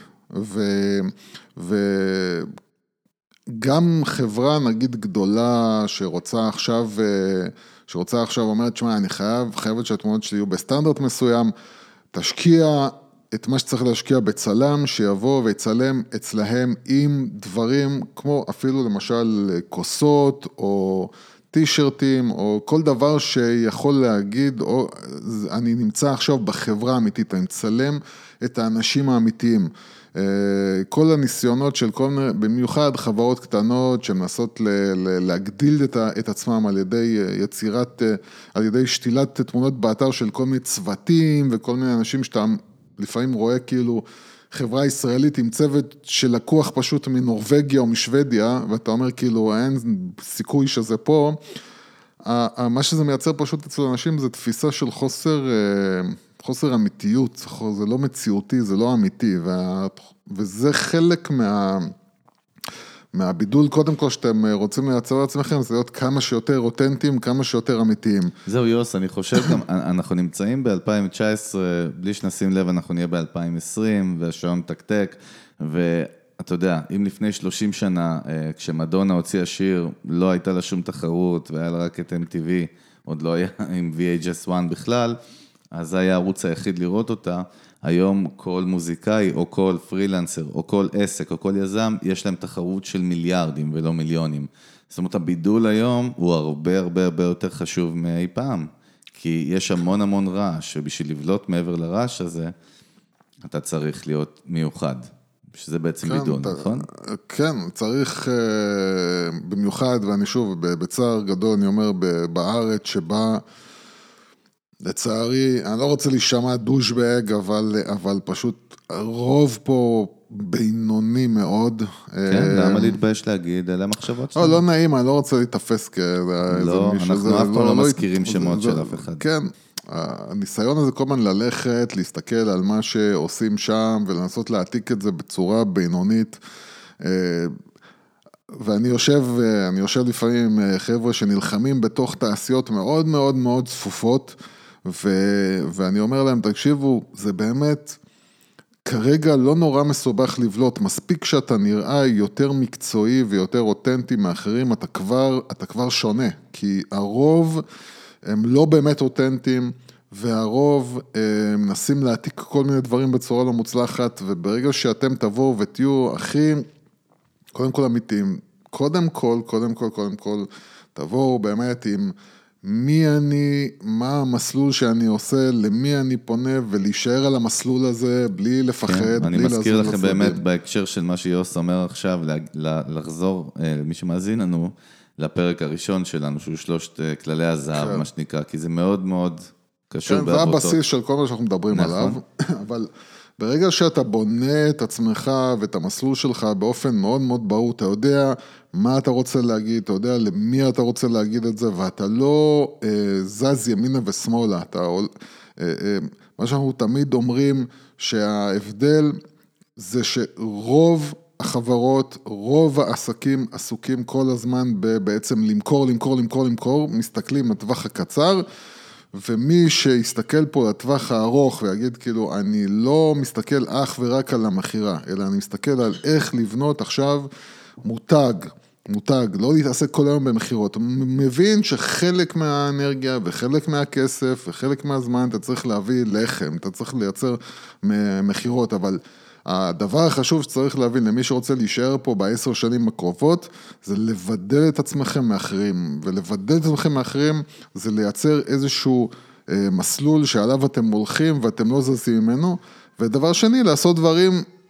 וגם חברה נגיד גדולה שרוצה עכשיו, שרוצה עכשיו אומרת, שמה, אני חייב, חייבת שהתמונות שלי יהיו בסטנדרט מסוים, תשקיע את מה שצריך להשקיע בצלם, שיבוא ויצלם אצלהם עם דברים, כמו אפילו למשל כוסות, או טישרטים, או כל דבר שיכול להגיד, או, אני נמצא עכשיו בחברה האמיתית, אני מצלם את האנשים האמיתיים. כל הניסיונות של כל מיני, במיוחד חברות קטנות, שמנסות להגדיל את עצמם על ידי יצירת, על ידי שתילת תמונות באתר של כל מיני צוותים, וכל מיני אנשים שאתה לפעמים רואה כאילו חברה ישראלית עם צוות שלקוח פשוט מנורווגיה או משוודיה, ואתה אומר כאילו אין סיכוי שזה פה, מה שזה מייצר פשוט אצל אנשים זה תפיסה של חוסר, חוסר אמיתיות, זה לא מציאותי, זה לא אמיתי, וזה חלק מה... מהבידול, קודם כל שאתם רוצים לייצר לעצמכם, זה להיות כמה שיותר אותנטיים, כמה שיותר אמיתיים. זהו יוס, אני חושב גם, אנחנו נמצאים ב-אלפיים תשע עשרה, בלי שנשים לב, אנחנו נהיה ב-אלפיים עשרים, והשעון תקתק, ואתה יודע, אם לפני שלושים שנה, כשמדונה הוציאה שיר, לא הייתה לה שום תחרות, והיה לה רק את אם טי וי, עוד לא היה עם וי אייץ' אס אחת בכלל, אז זה היה הערוץ היחיד לראות אותה, היום כל מוזיקאי או כל פרילנסר או כל עסק או כל יזם, יש להם תחרות של מיליארדים ולא מיליונים. זאת אומרת, הבידול היום הוא הרבה הרבה הרבה יותר חשוב מאי פעם, כי יש המון המון רעש, ובשביל לבלוט מעבר לרעש הזה, אתה צריך להיות מיוחד, שזה בעצם כן, בידול, אתה, נכון? כן, צריך במיוחד, ואני שוב, בצער גדול, אני אומר, בארץ שבה, לצערי, אני לא רוצה להישמע דושבג, אבל, אבל פשוט הרוב פה בינוני מאוד. כן, למה להתבייש להגיד? אלה מחשבות שלנו. לא, לא נעים, אני לא רוצה להתאפס כאיזה לא, אנחנו אף פעם לא מזכירים שמות של אף אחד. כן, הניסיון הזה כל הזמן ללכת, להסתכל על מה שעושים שם, ולנסות להעתיק את זה בצורה בינונית. ואני יושב, אני יושב לפעמים חבר'ה שנלחמים בתוך תעשיות מאוד מאוד מאוד צפופות, ו- ואני אומר להם, תקשיבו, זה באמת, כרגע לא נורא מסובך לבלוט, מספיק שאתה נראה יותר מקצועי ויותר אותנטי מאחרים, אתה כבר, אתה כבר שונה, כי הרוב הם לא באמת אותנטיים, והרוב הם מנסים להעתיק כל מיני דברים בצורה לא מוצלחת, וברגע שאתם תבואו ותהיו הכי, קודם כל אמיתיים, קודם כל, קודם כל, קודם כל, תבואו באמת עם מי אני, מה המסלול שאני עושה, למי אני פונה, ולהישאר על המסלול הזה, בלי לפחד, כן, בלי אני מזכיר לכם באמת, בהקשר של מה שיוס אומר עכשיו, לחזור, למי שמאזין לנו, לפרק הראשון שלנו, שהוא שלושת כללי הזהב, כן. מה שנקרא, כי זה מאוד מאוד קשור כן, בעבותות. זה הבסיס של כל מה שאנחנו מדברים נכון. עליו, אבל ברגע שאתה בונה את עצמך ואת המסלול שלך באופן מאוד מאוד ברור, אתה יודע מה אתה רוצה להגיד, אתה יודע למי אתה רוצה להגיד את זה, ואתה לא אה, זז ימינה ושמאלה. אתה, אה, אה, מה שאנחנו תמיד אומרים, שההבדל זה שרוב החברות, רוב העסקים עסוקים כל הזמן בעצם למכור, למכור, למכור, למכור, מסתכלים לטווח הקצר, ומי שיסתכל פה לטווח הארוך ויגיד כאילו, אני לא מסתכל אך ורק על המחירה, אלא אני מסתכל על איך לבנות עכשיו מותג, מותג, לא להתעסק כל היום במחירות, הוא מבין שחלק מהאנרגיה וחלק מהכסף וחלק מהזמן אתה צריך להביא לחם, אתה צריך לייצר מחירות, אבל הדבר החשוב שצריך להבין למי שרוצה להישאר פה בעשר שנים הקרובות, זה לבדל את עצמכם מאחרים, ולבדל את עצמכם מאחרים זה לייצר איזשהו מסלול שעליו אתם הולכים ואתם לא זזים ממנו, ודבר שני, לעשות דברים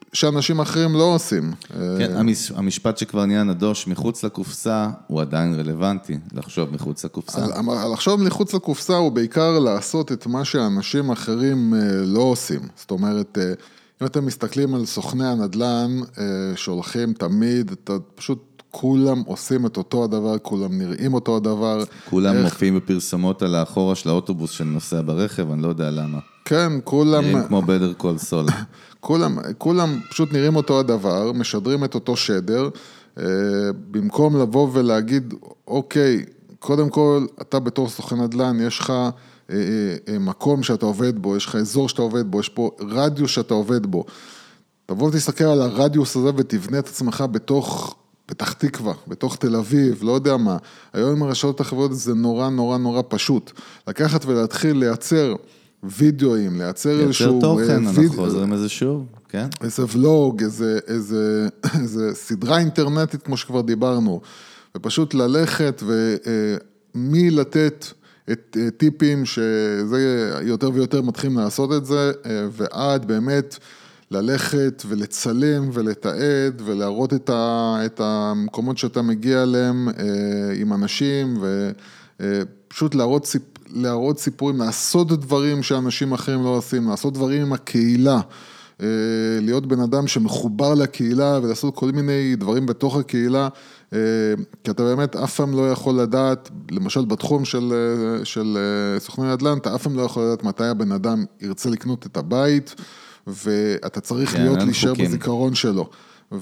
שאנשים אחרים לא עושים. כן, המשפט שכבר נהיה נדוש מחוץ לקופסה, הוא עדיין רלוונטי, לחשוב מחוץ לקופסה. לחשוב מחוץ לקופסה הוא בעיקר לעשות את מה שאנשים אחרים לא עושים. זאת אומרת, אם אתם מסתכלים על סוכני הנדל"ן, שהולכים תמיד, אתה פשוט כולם עושים את אותו הדבר, כולם נראים אותו הדבר. כולם איך... מופיעים בפרסמות על האחורה של האוטובוס שנוסע ברכב, אני לא יודע למה. כן, כולם... נראים כמו בדר קול סול. כולם, כולם פשוט נראים אותו הדבר, משדרים את אותו שדר, במקום לבוא ולהגיד, אוקיי, קודם כל, אתה בתור סוכן נדל"ן, יש לך מקום שאתה עובד בו, יש לך אזור שאתה עובד בו, יש פה רדיוס שאתה עובד בו. תבוא ותסתכל על הרדיוס הזה ותבנה את עצמך בתוך... פתח תקווה, בתוך תל אביב, לא יודע מה. היום עם הרשתות החברתיות זה נורא נורא נורא פשוט. לקחת ולהתחיל לייצר וידאוים, לייצר איזשהו... לייצר תוכן, אנחנו חוזרים איזה שוב, כן? איזה ולוג, איזה, איזה, איזה סדרה אינטרנטית, כמו שכבר דיברנו, ופשוט ללכת ומי לתת את טיפים, שזה יותר ויותר מתחילים לעשות את זה, ועד באמת... ללכת ולצלם ולתעד ולהראות את, ה, את המקומות שאתה מגיע אליהם אה, עם אנשים ופשוט להראות, סיפ, להראות סיפורים, לעשות דברים שאנשים אחרים לא עושים, לעשות דברים עם הקהילה, אה, להיות בן אדם שמחובר לקהילה ולעשות כל מיני דברים בתוך הקהילה, אה, כי אתה באמת אף פעם לא יכול לדעת, למשל בתחום של, של סוכני נדל"ן, אתה אף פעם לא יכול לדעת מתי הבן אדם ירצה לקנות את הבית, ואתה צריך כן, להיות להישאר בזיכרון שלו.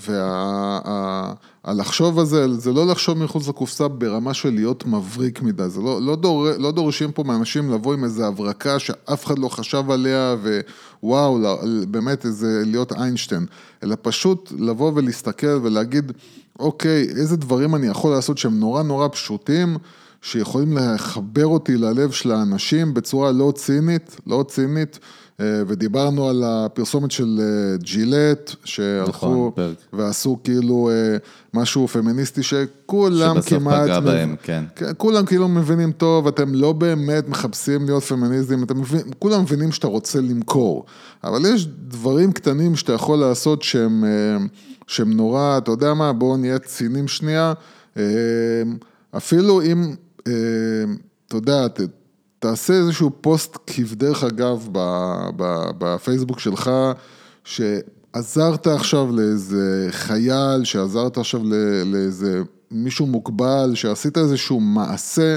והלחשוב הזה, זה לא לחשוב מחוץ לקופסה ברמה של להיות מבריק מדי, זה לא, לא, דור, לא דורשים פה מאנשים לבוא עם איזו הברקה שאף אחד לא חשב עליה, ווואו, באמת איזה להיות איינשטיין, אלא פשוט לבוא ולהסתכל ולהגיד, אוקיי, איזה דברים אני יכול לעשות שהם נורא נורא פשוטים, שיכולים לחבר אותי ללב של האנשים בצורה לא צינית, לא צינית, ודיברנו על הפרסומת של ג'ילט, שהלכו ועשו כאילו משהו פמיניסטי שכולם כמעט, בהם, כן. כולם כאילו מבינים טוב, אתם לא באמת מחפשים להיות פמיניסטים, אתם מבינים, כולם מבינים שאתה רוצה למכור, אבל יש דברים קטנים שאתה יכול לעשות שהם, שהם נורא, אתה יודע מה, בואו נהיה צינים שנייה, אפילו אם, אתה יודע, תעשה איזשהו פוסט כבדרך אגב בפייסבוק שלך, שעזרת עכשיו לאיזה חייל, שעזרת עכשיו לאיזה מישהו מוגבל, שעשית איזשהו מעשה,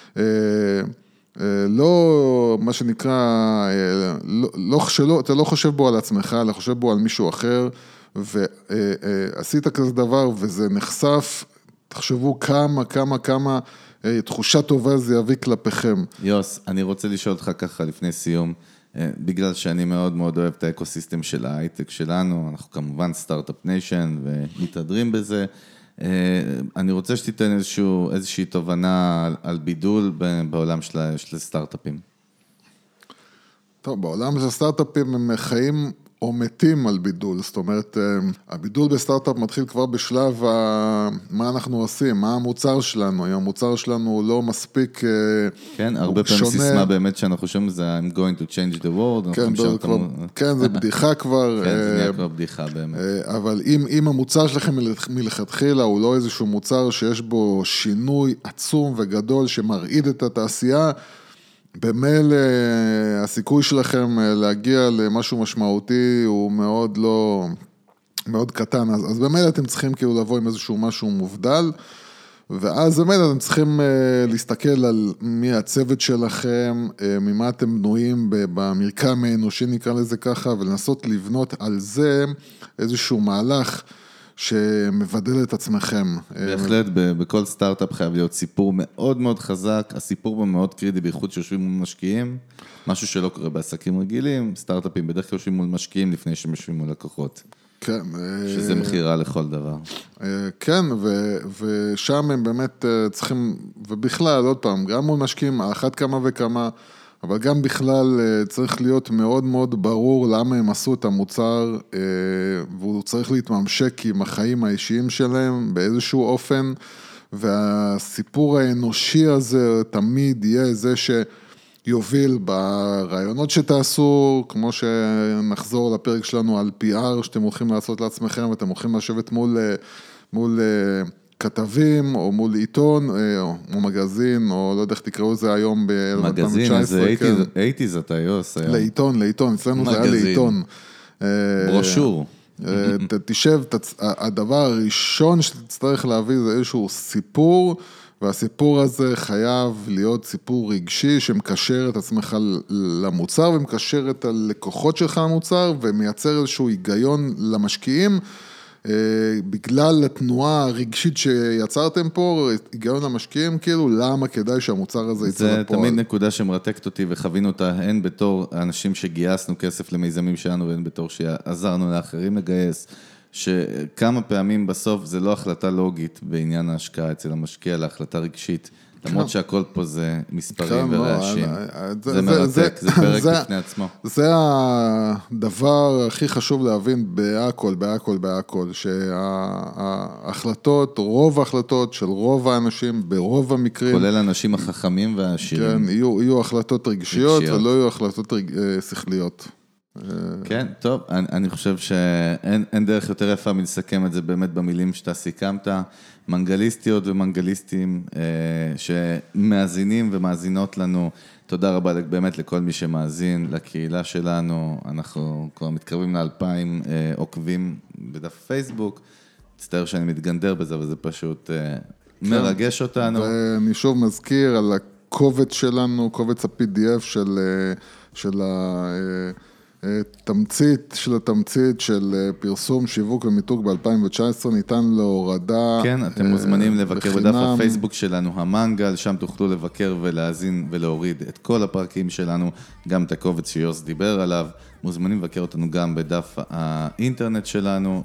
לא, מה שנקרא, לא, שלא, אתה לא חושב בו על עצמך, אלא חושב בו על מישהו אחר, ועשית כזה דבר וזה נחשף, תחשבו כמה, כמה, כמה, תחושה טובה זה יביא כלפיכם. יוס, אני רוצה לשאול אותך ככה לפני סיום, בגלל שאני מאוד מאוד אוהב את האקוסיסטם של ההייטק שלנו, אנחנו כמובן סטארט-אפ ניישן ומתהדרים בזה, אני רוצה שתיתן איזשהו, איזושהי תובנה על, על בידול בעולם של, של סטארט-אפים. טוב, בעולם של סטארט-אפים הם חיים או מתים על בידול, זאת אומרת, הבידול בסטארט-אפ מתחיל כבר בשלב מה אנחנו עושים, מה המוצר שלנו, אם המוצר שלנו הוא לא מספיק כן, הרבה פעמים סיסמה באמת שאנחנו חושבים זה I'm going to change the world, כן, כבר, כן, זה בדיחה כבר, כן, זה נהיה כבר בדיחה באמת. אבל אם, אם המוצר שלכם מלכתחילה הוא לא איזשהו מוצר שיש בו שינוי עצום וגדול שמרעיד את התעשייה, במייל הסיכוי שלכם להגיע למשהו משמעותי הוא מאוד לא, מאוד קטן, אז, אז במייל אתם צריכים כאילו לבוא עם איזשהו משהו מובדל, ואז במייל אתם צריכים להסתכל על מי הצוות שלכם, ממה אתם בנויים במרקם האנושי נקרא לזה ככה, ולנסות לבנות על זה איזשהו מהלך, שמבדל את עצמכם. בהחלט, בכל סטארט-אפ חייב להיות סיפור מאוד מאוד חזק, הסיפור בו מאוד קריטי, בייחוד שיושבים מול משקיעים, משהו שלא קורה בעסקים רגילים, סטארט-אפים בדרך כלל יושבים מול משקיעים לפני שהם יושבים מול לקוחות. כן. שזה מחירה לכל דבר. כן, ושם הם באמת צריכים, ובכלל, עוד פעם, גם מול משקיעים, אחת כמה וכמה, אבל גם בכלל צריך להיות מאוד מאוד ברור למה הם עשו את המוצר, והוא צריך להתממשק עם החיים האישיים שלהם באיזשהו אופן, והסיפור האנושי הזה תמיד יהיה זה ש... יוביל ברעיונות שתעשו, כמו שנחזור לפרק שלנו על פי אר, שאתם הולכים לעשות לעצמכם, ואתם הולכים לשבת מול, מול כתבים, או מול עיתון, או, או מגזין, או לא יודע איך תקראו זה היום ב-אלף תשע מאות תשע עשרה. מגזין, זה אייטיז, זה אתה יוס. לעיתון, לעיתון, אצלנו זה היה לעיתון. ברושור. תשב, הדבר הראשון שתצטרך להביא זה איזשהו סיפור, והסיפור הזה חייב להיות סיפור רגשי שמקשר את עצמך למוצר, ומקשר את הלקוחות שלך למוצר, ומייצר איזשהו היגיון למשקיעים, בגלל התנועה הרגשית שיצרתם פה, היגיון למשקיעים, כאילו למה כדאי שהמוצר הזה יצא לפועל. זה תמיד נקודה שמרתקת אותי וחווינו אותה, הן בתור האנשים שגייסנו כסף למיזמים שלנו, והן בתור שעזרנו לאחרים לגייס, שכמה פעמים בסוף זה לא החלטה לוגית בעניין ההשקעה אצל המשקיע, אלא החלטה רגשית, למרות שהכל פה זה מספרים ורעשים. זה מרתק, זה פרק בפני עצמו. זה הדבר הכי חשוב להבין בהכל, בהכל, בהכל, שההחלטות, רוב ההחלטות של רוב האנשים, ברוב המקרים, כולל האנשים החכמים והעשירים. כן, יהיו החלטות רגשיות ולא יהיו החלטות שכליות. כן, טוב, אני, אני חושב שאין דרך יותר יפה מלסכם את זה באמת במילים שאתה סיכמת, מנגליסטיות ומנגליסטים אה, שמאזינים ומאזינות לנו, תודה רבה באמת לכל מי שמאזין, לקהילה שלנו, אנחנו כבר מתקרבים לאלפיים אה, עוקבים בדף פייסבוק, מצטער שאני מתגנדר בזה, אבל זה פשוט אה, כן. מרגש אותנו. ואני שוב מזכיר על הקובץ שלנו, קובץ ה-פי די אף של, של ה... תמצית של התמצית של פרסום, שיווק ומיתוג ב-אלפיים תשע עשרה ניתן להורדה. כן, אתם מוזמנים לבקר בדף הפייסבוק שלנו, המנגל, שם תוכלו לבקר ולהזין ולהוריד את כל הפרקים שלנו, גם את הקובץ שיוס דיבר עליו, מוזמנים לבקר אותנו גם בדף האינטרנט שלנו,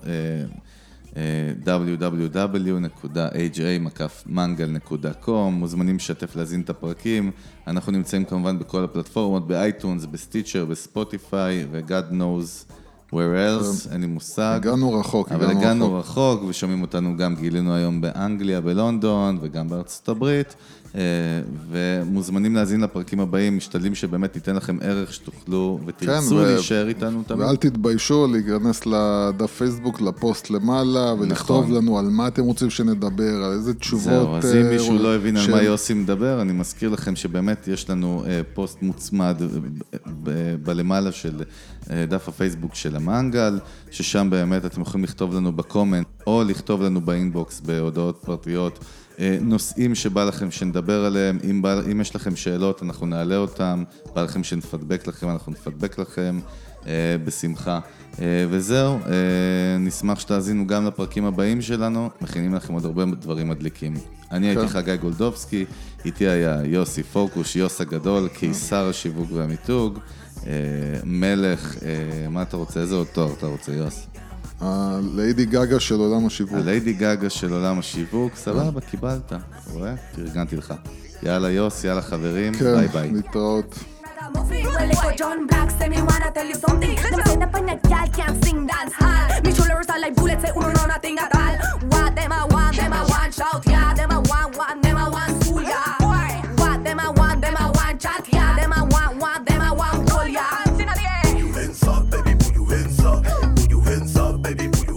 דאבליו דאבליו דאבליו נקודה איי ג'יי איי מקף מנגל נקודה קום, מוזמנים לשתף להזין את הפרקים, אנחנו נמצאים כמובן בכל הפלטפורמות, באייטונס, בסטיצ'ר, בספוטיפיי, ו-God knows where else, אין לי מושג. הגענו רחוק, אבל הגענו רחוק, ושומעים אותנו גם, גילינו היום באנגליה, בלונדון, וגם בארצות הברית, ומוזמנים להזין לפרקים הבאים, משתדלים שבאמת ניתן לכם ערך שתוכלו ותרצו להישאר איתנו תמיד. ואל תתביישו להיכנס לדף פייסבוק, לפוסט למעלה, ולכתוב לנו על מה אתם רוצים שנדבר, על איזה תשובות. זהו, אז אם מישהו לא הבין על מה יוסי מדבר, אני מזכיר לכם שבאמת יש לנו פוסט מוצמד בלמעלה של דף הפייסבוק של המנגל, ששם באמת אתם יכולים לכתוב לנו בקומנט, או לכתוב לנו באינבוקס בהודעות פרטיות, נושאים שבא לכם שנדבר עליהם, אם, בא, אם יש לכם שאלות אנחנו נעלה אותם, בא לכם שנפדבק לכם, אנחנו נפדבק לכם אה, בשמחה. אה, וזהו, אה, נשמח שתאזינו גם לפרקים הבאים שלנו, מכינים לכם עוד הרבה דברים מדליקים. אני הייתי חגי גולדובסקי, איתי היה יוסי פוקוש, יוס הגדול, קיסר השיווק והמיתוג, אה, מלך, אה, מה אתה רוצה, איזה עוד תואר אתה רוצה יוס? הליידי גגה של עולם השיווק. הליידי גגה של עולם השיווק, סבבה, קיבלת, רואה? תרגנתי לך. יאללה יוס, יאללה חברים, ביי ביי. כן, להתראות. John Black, say me wanna tell you something. Them say the panya gal can't sing dance hall. Me shoulders are like bullets, say uno know nothing at all. What them I want, them I want shout, yeah. Them I want, want, them I want school, yeah. What them I want, them I want chat, yeah. Them I want, want, them I want roll, yeah. Put your hands up, baby, put your hands up. Put your hands up, baby, put your